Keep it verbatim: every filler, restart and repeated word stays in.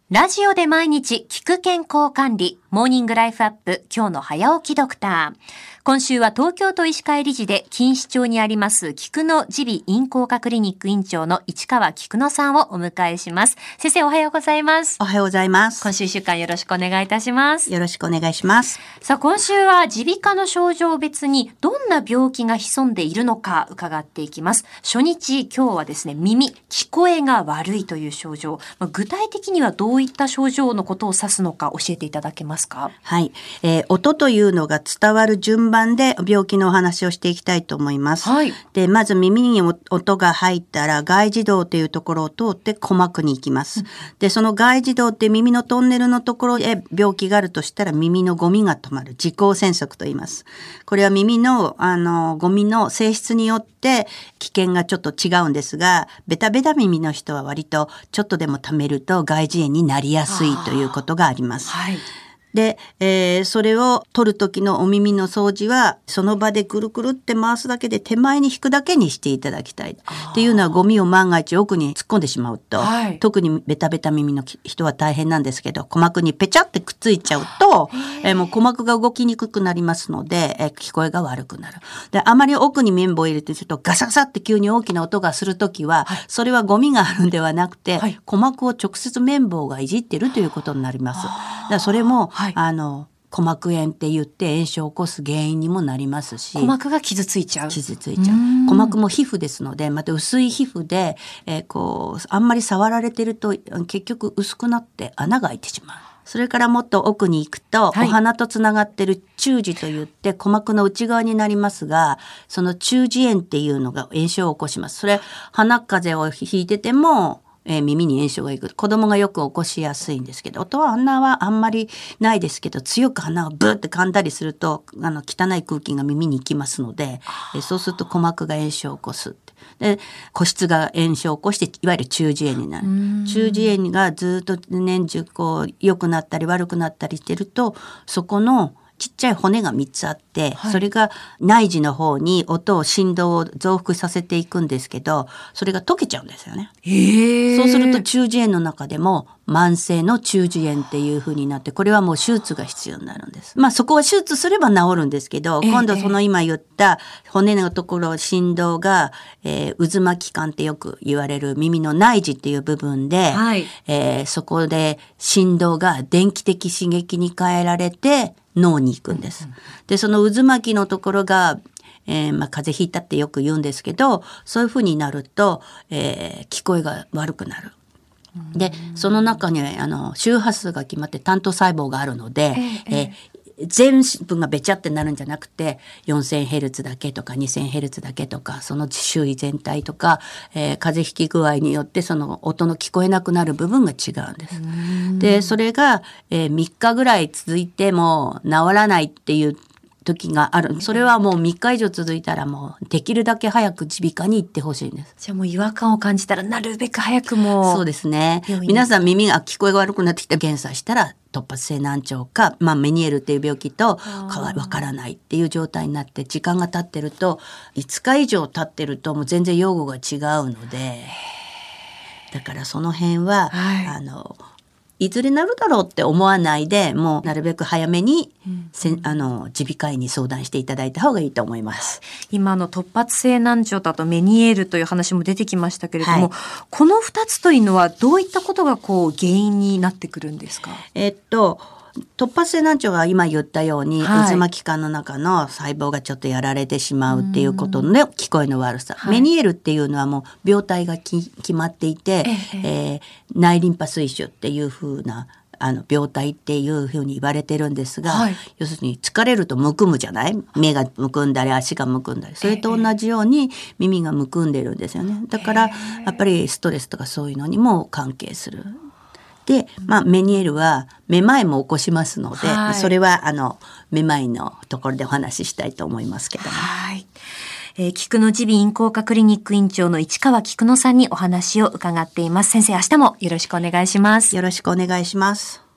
ラジオで毎日聞く健康管理、モーニングライフアップ、今日の早起きドクター。今週は東京都医師会理事で錦糸町にあります菊野耳鼻咽喉科クリニック院長の市川菊野さんをお迎えします。先生、おはようございます。 おはようございます。 今週いっしゅうかんよろしくお願いいたします。 よろしくお願いします。 さあ、今週は耳鼻科の症状別にどんな病気が潜んでいるのか伺っていきます。初日、今日はですね、耳、聞こえが悪いという症状。まあ、具体的にはどういった症状のことを指すのか教えていただけますか？ はい、えー、音というのが伝わる順番で病気のお話をしていきたいと思います。 はい、 でまず耳に音が入ったら外耳道というところを通って鼓膜に行きます。うん、でその外耳道って耳のトンネルのところへ病気があるとしたら耳のゴミが止まる耳垢栓塞と言います。これは耳のあのゴミの性質によって危険がちょっと違うんですが、ベタベタ耳の人は割とちょっとでも溜めると外耳炎になりやすいということがあります。 はい、 で、えー、それを取る時のお耳の掃除はその場でくるくるって回すだけで手前に引くだけにしていただきたいっていうのは、ゴミを万が一奥に突っ込んでしまうと、はい、特にベタベタ耳の人は大変なんですけど、鼓膜にペチャってくっついちゃうと、えー、もう鼓膜が動きにくくなりますので、えー、聞こえが悪くなる。であまり奥に綿棒を入れてするとガサガサって急に大きな音がするときは、はい、それはゴミがあるんではなくて、はい、鼓膜を直接綿棒がいじってるということになります。だからそれもはい、あの鼓膜炎って言って炎症を起こす原因にもなりますし、 鼓膜が傷ついちゃう傷ついちゃう鼓膜も皮膚ですので、また薄い皮膚で、えー、こうあんまり触られてると結局薄くなって穴が開いてしまう。それからもっと奥に行くと、はい、お鼻とつながってる中耳といって鼓膜の内側になりますが、その中耳炎っていうのが炎症を起こします。それ鼻風邪をひいててもえー、耳に炎症がいく。子供がよく起こしやすいんですけど、音は鼻はあんまりないですけど、強く鼻をブーって噛んだりするとあの汚い空気が耳に行きますので、えー、そうすると鼓膜が炎症を起こすって。で個室が炎症を起こしていわゆる中耳炎になる。中耳炎がずっと年中こう良くなったり悪くなったりしてると、そこのちっちゃい骨がみっつあって、はい、それが内耳の方に音を振動を増幅させていくんですけど、それが溶けちゃうんですよね。 へー。 そうすると中耳炎の中でも慢性の中耳炎っていう風になって、これはもう手術が必要になるんです。まあそこは手術すれば治るんですけど、今度その今言った骨のところ振動が、えー、渦巻き管ってよく言われる耳の内耳っていう部分で、はい、えー、そこで振動が電気的刺激に変えられて脳に行くんです。でその渦巻きのところが、えーまあ、風邪ひいたってよく言うんですけど、そういう風になると、えー、聞こえが悪くなる。でその中にあの周波数が決まって担当細胞があるので、えーえー、全部がべちゃってなるんじゃなくて よんせんヘルツ だけとか にせんヘルツ だけとか、その周囲全体とか、えー、風邪ひき具合によってその音の聞こえなくなる部分が違うんです。でそれが、えー、みっかぐらい続いても治らないっていう時がある。それはもうみっか以上続いたらもうできるだけ早く耳鼻科に行ってほしいんです。 じゃあもう違和感を感じたらなるべく早くも。 そうですね。皆さん耳が聞こえが悪くなってきたら検査したら突発性難聴か、まあ、メニエールっていう病気とわからないっていう状態になって、時間が経ってるといつか以上経ってるともう全然用語が違うので、だからその辺は、はい、あのいずれなるだろうって思わないで、もうなるべく早めに、うん、あの耳鼻科医に相談していただいた方がいいと思います。 今の突発性難聴だとメニエールという話も出てきましたけれども、はい、このふたつというのはどういったことがこう原因になってくるんですか？ えっと突発性難聴が今言ったように、はい、渦巻き管の中の細胞がちょっとやられてしまうっていうことの聞こえの悪さ、はい、メニエールっていうのはもう病態がき決まっていて、えええー、内リンパ水腫っていう風なあの病態っていう風に言われてるんですが、はい、要するに疲れるとむくむじゃない？目がむくんだり足がむくんだり、それと同じように耳がむくんでるんですよね。だからやっぱりストレスとかそういうのにも関係する。で、まあ、メニエールはめまいも起こしますので、はい、それはあのめまいのところでお話ししたいと思いますけども、 はい、えー、菊野耳鼻咽喉科クリニック院長の市川菊野さんにお話を伺っています。先生、明日もよろしくお願いします。 よろしくお願いします。